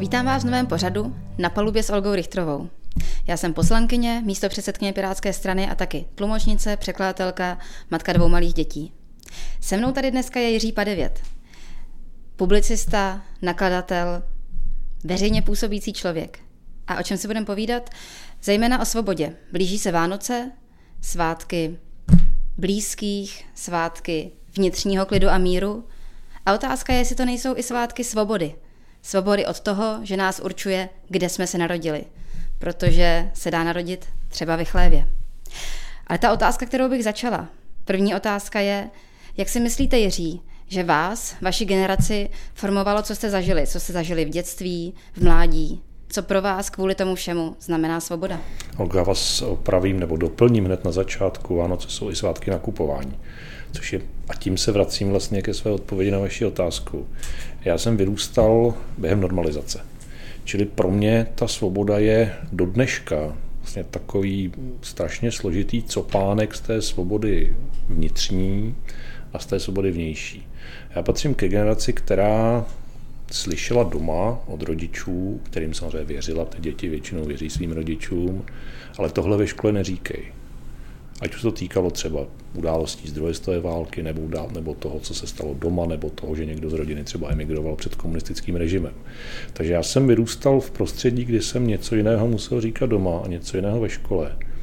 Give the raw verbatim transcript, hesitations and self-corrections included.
Vítám vás v novém pořadu Na palubě s Olgou Richtrovou. Já jsem poslankyně, místopředsedkyně Pirátské strany a taky tlumočnice, překladatelka, matka dvou malých dětí. Se mnou tady dneska je Jiří Padevět, publicista, nakladatel, veřejně působící člověk. A o čem si budeme povídat? Zejména o svobodě. Blíží se Vánoce, svátky blízkých, svátky vnitřního klidu a míru. A otázka je, jestli to nejsou i svátky svobody. Svobody od toho, že nás určuje, kde jsme se narodili. Protože se dá narodit třeba v chlévě. Ale ta otázka, kterou bych začala, první otázka je, jak si myslíte, Jiří, že vás, vaši generaci, formovalo, co jste zažili, co jste zažili v dětství, v mládí, co pro vás kvůli tomu všemu znamená svoboda? Olga, vás opravím nebo doplním hned na začátku. Vánoce jsou i svátky nakupování. Což je, a tím se vracím vlastně ke své odpovědi na vaši otázku. Já jsem vyrůstal během normalizace. Čili pro mě ta svoboda je do dneška vlastně takový strašně složitý copánek z té svobody vnitřní a z té svobody vnější. Já patřím ke generaci, která slyšela doma od rodičů, kterým samozřejmě věřila, ty děti většinou věří svým rodičům, ale tohle ve škole neříkej. Ať už to týkalo třeba událostí z druhé světové války, nebo, nebo toho, co se stalo doma, nebo toho, že někdo z rodiny třeba emigroval před komunistickým režimem. Takže já jsem vyrůstal v prostředí, kdy jsem něco jiného musel říkat doma a něco jiného ve škole.